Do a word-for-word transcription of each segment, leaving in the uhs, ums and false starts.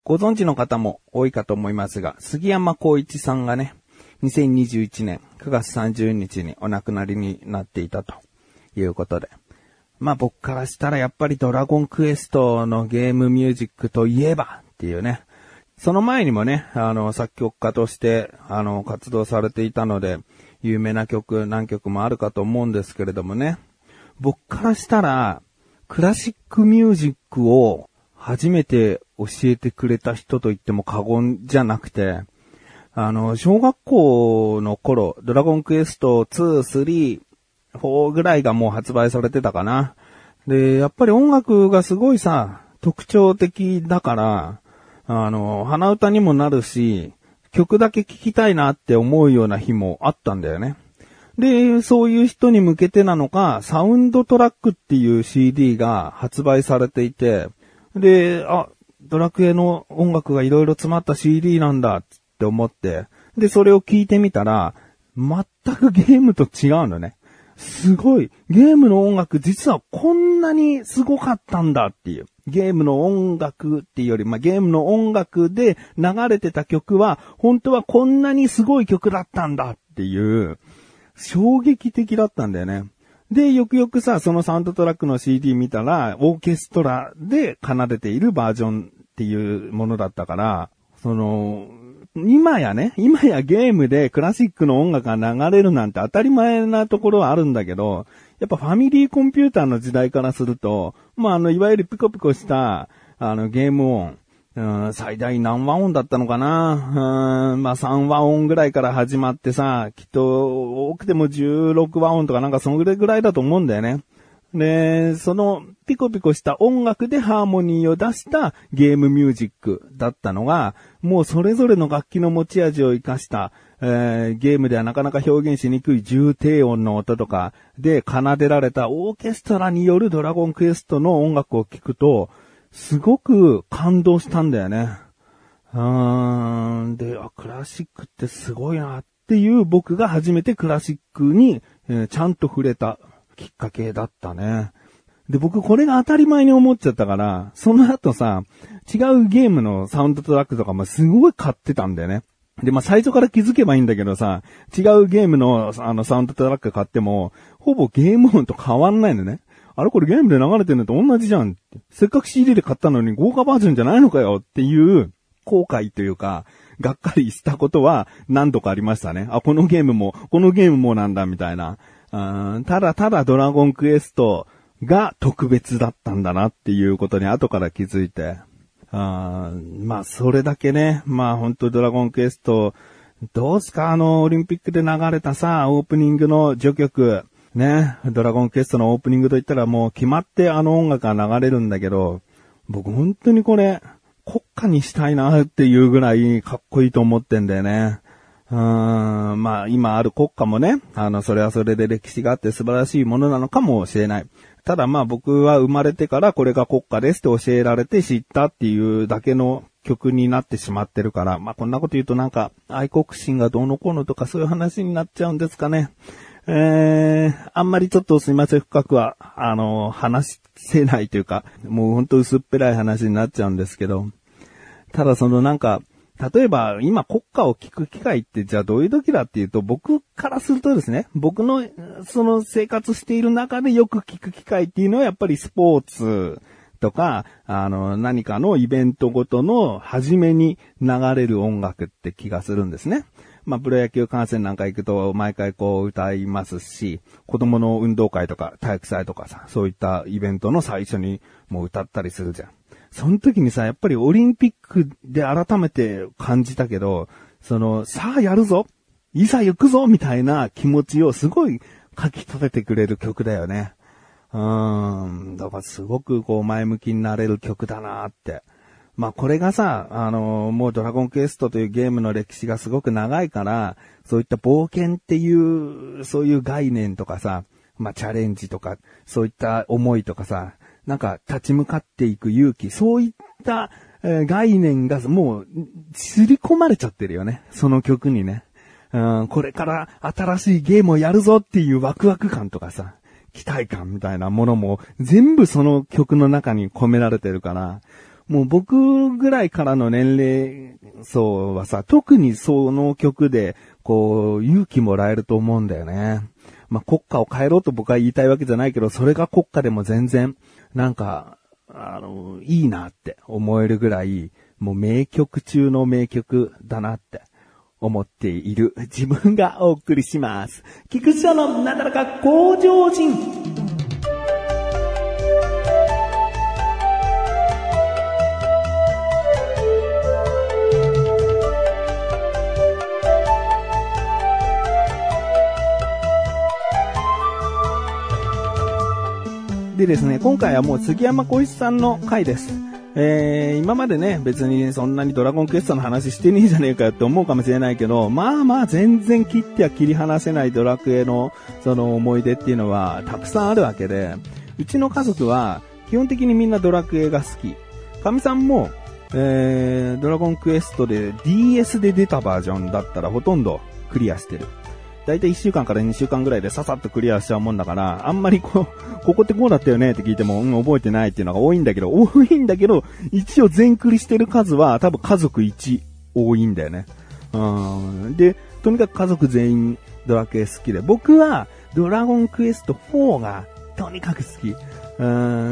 ご存知の方も多いかと思いますが、杉山浩一さんがね、にせんにじゅういちねんくがつさんじゅうにちにお亡くなりになっていたということで。まあ僕からしたらやっぱりドラゴンクエストのゲームミュージックといえばっていうね。その前にもね、あの作曲家としてあの活動されていたので、有名な曲何曲もあるかと思うんですけれどもね。僕からしたらクラシックミュージックを初めて教えてくれた人と言っても過言じゃなくて、あの、小学校の頃、ドラゴンクエストに、さん、よんぐらいがもう発売されてたかな。で、やっぱり音楽がすごいさ、特徴的だから、あの、鼻歌にもなるし、曲だけ聴きたいなって思うような日もあったんだよね。で、そういう人に向けてなのか、サウンドトラックっていう シーディー が発売されていて、で、あ、ドラクエの音楽がいろいろ詰まった シーディー なんだって思って、で、それを聞いてみたら、全くゲームと違うのね。すごい。ゲームの音楽実はこんなにすごかったんだっていう。ゲームの音楽っていうより、まあ、ゲームの音楽で流れてた曲は、本当はこんなにすごい曲だったんだっていう、衝撃的だったんだよね。で、よくよくさ、そのサウンドトラックの シーディー 見たら、オーケストラで奏でているバージョンっていうものだったから、その、今やね、今やゲームでクラシックの音楽が流れるなんて当たり前なところはあるんだけど、やっぱファミリーコンピューターの時代からすると、まあ、あの、いわゆるピコピコした、あの、ゲーム音、うん、最大何和音だったのかな、うん、まあさんわおんぐらいから始まってさ、きっと多くてもじゅうろくわおんとかなんかそのぐらいぐらいだと思うんだよね。で、そのピコピコした音楽でハーモニーを出したゲームミュージックだったのが、もうそれぞれの楽器の持ち味を活かした、えー、ゲームではなかなか表現しにくい重低音の音とかで奏でられたオーケストラによるドラゴンクエストの音楽を聴くと、すごく感動したんだよね。うーん。で、あ、クラシックってすごいなっていう僕が初めてクラシックに、えー、ちゃんと触れたきっかけだったね。で、僕これが当たり前に思っちゃったから、その後さ、違うゲームのサウンドトラックとかもすごい買ってたんだよね。で、まあ、最初から気づけばいいんだけどさ、違うゲームのあのサウンドトラック買っても、ほぼゲーム音と変わんないのね。あれこれゲームで流れてるのと同じじゃんって。せっかく シーディー で買ったのに豪華バージョンじゃないのかよっていう後悔というか、がっかりしたことは何度かありましたね。あ、このゲームも、このゲームもなんだみたいな。うん、ただただドラゴンクエストが特別だったんだなっていうことに後から気づいて。あまあそれだけね、まあ本当ドラゴンクエスト、どうすかあのオリンピックで流れたさ、オープニングの序曲。ね、ドラゴンクエストのオープニングといったらもう決まってあの音楽が流れるんだけど、僕本当にこれ国歌にしたいなっていうぐらいかっこいいと思ってんだよね。うーん、まあ今ある国歌もね、あのそれはそれで歴史があって素晴らしいものなのかもしれない。ただまあ僕は生まれてからこれが国歌ですって教えられて知ったっていうだけの曲になってしまってるから、まあこんなこと言うとなんか愛国心がどうのこうのとかそういう話になっちゃうんですかね。えー、あんまりちょっとすいません、深くは、あの、話せないというか、もうほんと薄っぺらい話になっちゃうんですけど、ただそのなんか、例えば今国歌を聞く機会ってじゃあどういう時だっていうと、僕からするとですね、僕のその生活している中でよく聞く機会っていうのはやっぱりスポーツとか、あの、何かのイベントごとの初めに流れる音楽って気がするんですね。まあ、プロ野球観戦なんか行くと毎回こう歌いますし、子供の運動会とか体育祭とかさ、そういったイベントの最初にもう歌ったりするじゃん。その時にさ、やっぱりオリンピックで改めて感じたけど、その、さあやるぞ、いざ行くぞみたいな気持ちをすごい書き立ててくれる曲だよね。うーん、だからすごくこう前向きになれる曲だなって。まあこれがさ、あのー、もうドラゴンクエストというゲームの歴史がすごく長いから、そういった冒険っていう、そういう概念とかさ、まあチャレンジとか、そういった思いとかさ、なんか立ち向かっていく勇気、そういった、えー、概念がもう、刷り込まれちゃってるよね。その曲にね。うん、これから新しいゲームをやるぞっていうワクワク感とかさ、期待感みたいなものも全部その曲の中に込められてるから、 もう僕ぐらいからの年齢層はさ、特にその曲で、こう、勇気もらえると思うんだよね。まあ、国家を変えろと僕は言いたいわけじゃないけど、それが国家でも全然、なんか、あの、いいなって思えるぐらい、もう名曲中の名曲だなって思っている自分がお送りします。菊池さんのなだらか向上心。でですね、今回はもう杉山浩一さんの回です。えー、今までね、別にそんなにドラゴンクエストの話してねえじゃねえかよって思うかもしれないけど、まあまあ全然切っては切り離せないドラクエのその思い出っていうのはたくさんあるわけで、うちの家族は基本的にみんなドラクエが好き。かみさんも、えー、ドラゴンクエストで ディーエス で出たバージョンだったらほとんどクリアしてる。だいたいいっしゅうかんからにしゅうかんぐらいでささっとクリアしちゃうもんだから、あんまりこう、ここってこうだったよねって聞いても、うん、覚えてないっていうのが多いんだけど、多いんだけど、一応全クリしてる数は多分家族いち多いんだよね。うん。で、とにかく家族全員ドラクエ好きで、僕はドラゴンクエストフォーがとにかく好き。うん。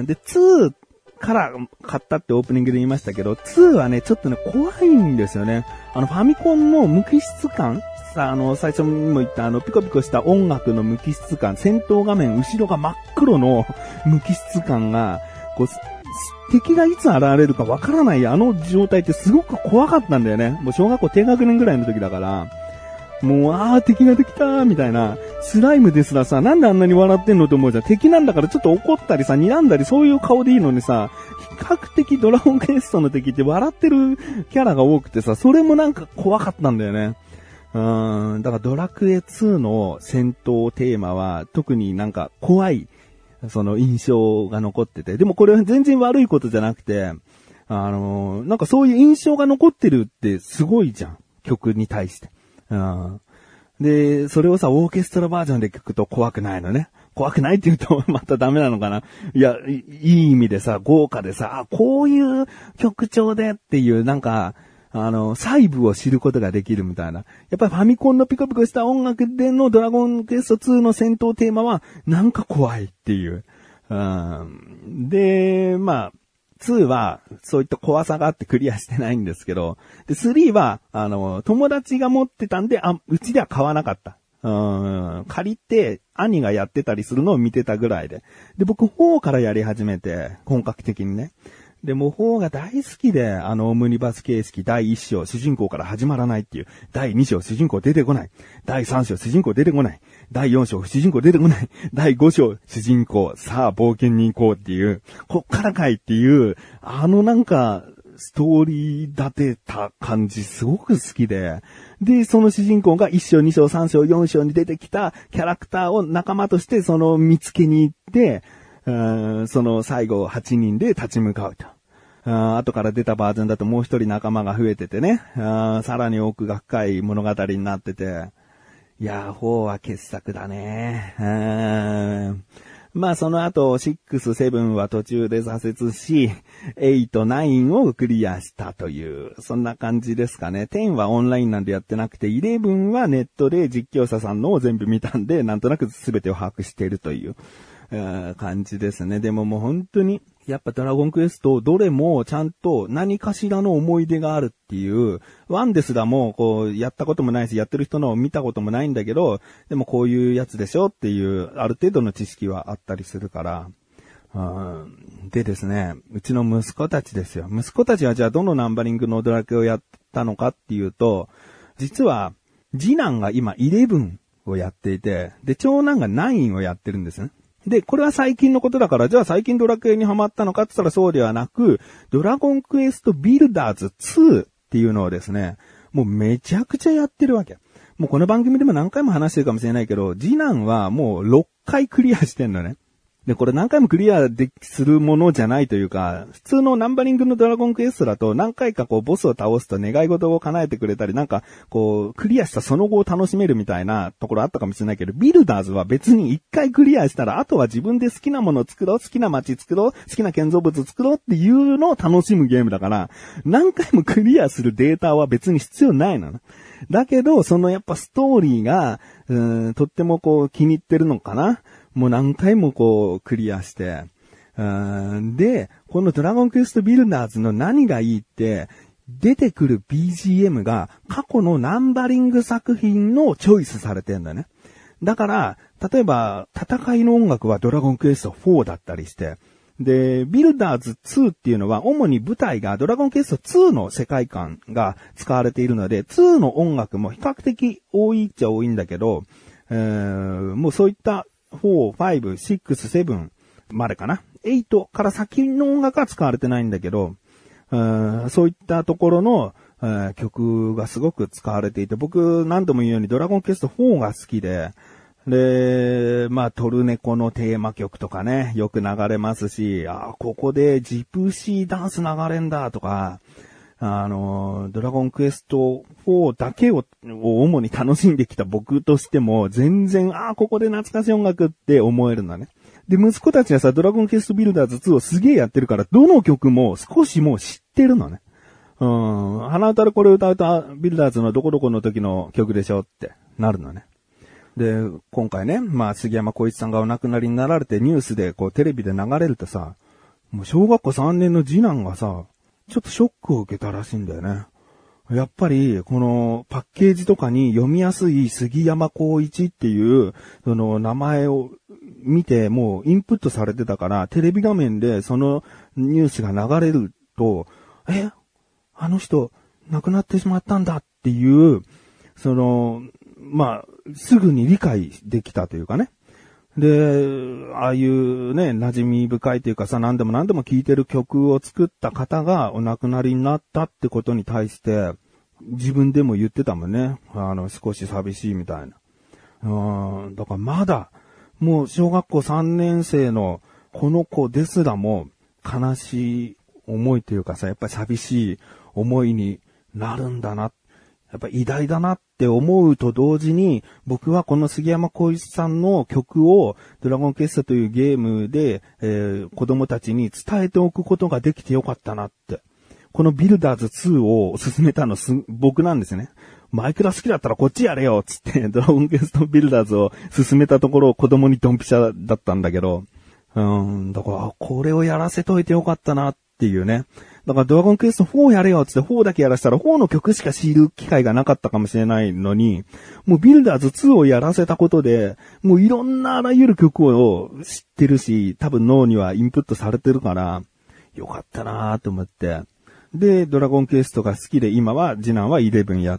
で、ツーから買ったってオープニングで言いましたけど、ツーはね、ちょっとね、怖いんですよね。あの、ファミコンの無機質感さあ、あの、最初にも言ったあの、ピコピコした音楽の無機質感、戦闘画面、後ろが真っ黒の無機質感が、こう、敵がいつ現れるかわからないあの状態ってすごく怖かったんだよね。もう小学校低学年ぐらいの時だから、もう、あー敵ができたーみたいな、スライムですらさ、なんであんなに笑ってんのと思うじゃん。敵なんだからちょっと怒ったりさ、睨んだりそういう顔でいいのにさ、比較的ドラゴンクエストの敵って笑ってるキャラが多くてさ、それもなんか怖かったんだよね。うーん、だからドラクエツーの戦闘テーマは特になんか怖い、その印象が残ってて。でもこれは全然悪いことじゃなくて、あのー、なんかそういう印象が残ってるってすごいじゃん。曲に対して。うん。で、それをさ、オーケストラバージョンで聞くと怖くないのね。怖くないって言うとまたダメなのかな。いや、いい意味でさ、豪華でさ、あ、こういう曲調でっていう、なんか、あの、細部を知ることができるみたいな。やっぱりファミコンのピコピコした音楽でのドラゴンクエストツーの戦闘テーマは、なんか怖いっていう。うん、で、まあ、ツーは、そういった怖さがあってクリアしてないんですけど、で、スリーは、あの、友達が持ってたんで、あ、うちでは買わなかった。うん、借りて、兄がやってたりするのを見てたぐらいで。で、僕、フォーからやり始めて、本格的にね。で、もうフォーが大好きで、あのオムニバス形式だいいっ章、主人公から始まらないっていう。だいに章、主人公出てこない。だいさん章、主人公出てこない。だいよん章、主人公出てこない。だいご章、主人公、さあ冒険に行こうっていう。こっからかいっていう、あのなんか、ストーリー立てた感じすごく好きで。で、その主人公がいっ章、に章、さん章、よん章に出てきたキャラクターを仲間としてその見つけに行って、うんその最後はちにんで立ち向かうと。あ後から出たバージョンだともう一人仲間が増えててね。あさらに奥が深い物語になってて。いやー、フォーは傑作だね。うんまあその後、ろく、ななは途中で挫折し、はち、きゅうをクリアしたという、そんな感じですかね。じゅうはオンラインなんでやってなくて、じゅうはネットで実況者さんのを全部見たんで、なんとなく全てを把握しているという。感じですね。でももう本当に、やっぱドラゴンクエスト、どれもちゃんと何かしらの思い出があるっていう、ワンですらもこう、やったこともないし、やってる人のを見たこともないんだけど、でもこういうやつでしょっていう、ある程度の知識はあったりするから、うんでですね、うちの息子たちですよ。息子たちはじゃあどのナンバリングのドラクエをやったのかっていうと、実は、次男が今じゅうをやっていて、で、長男がきゅうをやってるんですね。で、これは最近のことだから、じゃあ最近ドラクエにハマったのかって言ったらそうではなく、ドラゴンクエストビルダーズツーっていうのをですね、もうめちゃくちゃやってるわけ。もうこの番組でも何回も話してるかもしれないけど、次男はもうろっかいクリアしてんのね。 で、これ何回もクリアで、するものじゃないというか、普通のナンバリングのドラゴンクエストだと何回かこうボスを倒すと願い事を叶えてくれたり、なんかこうクリアしたその後を楽しめるみたいなところあったかもしれないけど、ビルダーズは別に一回クリアしたら、あとは自分で好きなものを作ろう、好きな街作ろう、好きな建造物作ろうっていうのを楽しむゲームだから、何回もクリアするデータは別に必要ないのね。だけど、そのやっぱストーリーが、うーん、とってもこう気に入ってるのかな。もう何回もこうクリアして、うーんで、このドラゴンクエストビルダーズの何がいいって、出てくる ビージーエム が過去のナンバリング作品のチョイスされてんだね。だから、例えば、戦いの音楽はドラゴンクエストフォーだったりして、で、ビルダーズツーっていうのは主に舞台がドラゴンクエストツーの世界観が使われているので、ツーの音楽も比較的多いっちゃ多いんだけど、えー、もうそういったフォー、ファイブ、シックス、セブンまでかな。エイトから先の音楽は使われてないんだけど、そういったところの曲がすごく使われていて、僕何度も言うようにドラゴンクエストフォーが好きで、で、まあトルネコのテーマ曲とかね、よく流れますし、あ、ここでジプシーダンス流れんだとか、あの、ドラゴンクエストフォーだけを、を主に楽しんできた僕としても、全然、ああ、ここで懐かしい音楽って思えるんだね。で、息子たちはさ、ドラゴンクエストビルダーズツーをすげえやってるから、どの曲も少しもう知ってるのね。うん、鼻歌でこれ歌うと、ビルダーズのどこどこの時の曲でしょってなるのね。で、今回ね、まあ、杉山浩一さんがお亡くなりになられてニュースでこうテレビで流れるとさ、もう小学校さんねんの次男がさ、ちょっとショックを受けたらしいんだよね。やっぱり、このパッケージとかに読みやすい杉山浩一っていう、その名前を見てもうインプットされてたから、テレビ画面でそのニュースが流れると、え、あの人亡くなってしまったんだっていう、その、まあ、すぐに理解できたというかね。で、ああいうね、馴染み深いというかさ、何でも何でも聴いてる曲を作った方がお亡くなりになったってことに対して、自分でも言ってたもんね。あの、少し寂しいみたいな。うん、だからまだ、もう小学校さんねん生のこの子ですらも悲しい思いというかさ、やっぱり寂しい思いになるんだな。やっぱ偉大だなって思うと同時に、僕はこの杉山浩一さんの曲をドラゴンクエストというゲームで、えー、子供たちに伝えておくことができてよかったなって。このビルダーズツーを進めたのす、僕なんですね。マイクラ好きだったらこっちやれよつってドラゴンクエストビルダーズを進めたところ子供にドンピシャだったんだけど、うん、だからこれをやらせといてよかったなっていうね。だからドラゴンクエストフォーやれよって言ってフォーだけやらせたらフォーの曲しか知る機会がなかったかもしれないのに、もうビルダーズツーをやらせたことで、もういろんなあらゆる曲を知ってるし、多分脳にはインプットされてるから、よかったなーと思って。で、ドラゴンクエストが好きで今は次男はイレブンやって、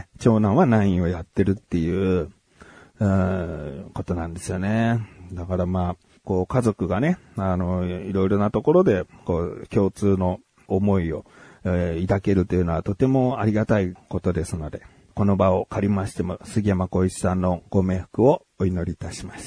長男はナインをやってるっていう、うーん、ことなんですよね。だからまあ、こう家族がね、あの、いろいろなところで、こう、共通の思いを、えー、抱けるというのはとてもありがたいことですので、この場を借りましても杉山浩一さんのご冥福をお祈りいたします。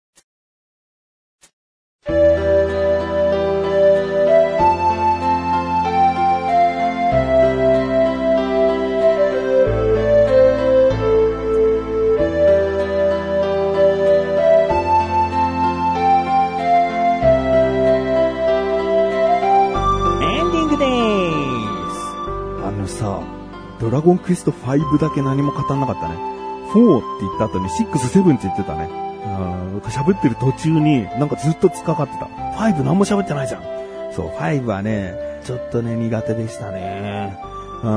ドラゴンクエストファイブだけ何も語んなかったね。フォーって言った後にシックス、セブンって言ってたね。うん、喋ってる途中になんかずっと突っかかってた。ファイブ何も喋ってないじゃん。そう、ファイブはね、ちょっとね、苦手でしたね。うん、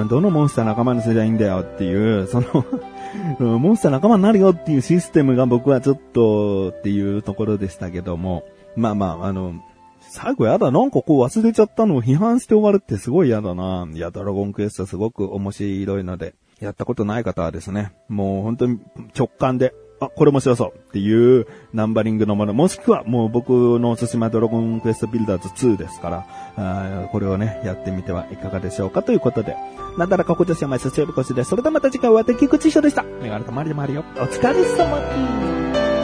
どのモンスター仲間にすればいいんだよっていう、その、モンスター仲間になるよっていうシステムが僕はちょっとっていうところでしたけども、まあまあ、あの、最後やだ、なんかこう忘れちゃったのを批判して終わるってすごい嫌だな。いや、ドラゴンクエストすごく面白いので、やったことない方はですね、もう本当に直感で、あ、これ面白そうっていうナンバリングのもの、もしくはもう僕のおすすめはドラゴンクエストビルダーズツーですから、あこれをね、やってみてはいかがでしょうかということで、なんだらかこちらしゃまいさちよりこしです。それではまた次回お会いできくちしょでした。メガネとマリでもあるよ。お疲れ様です。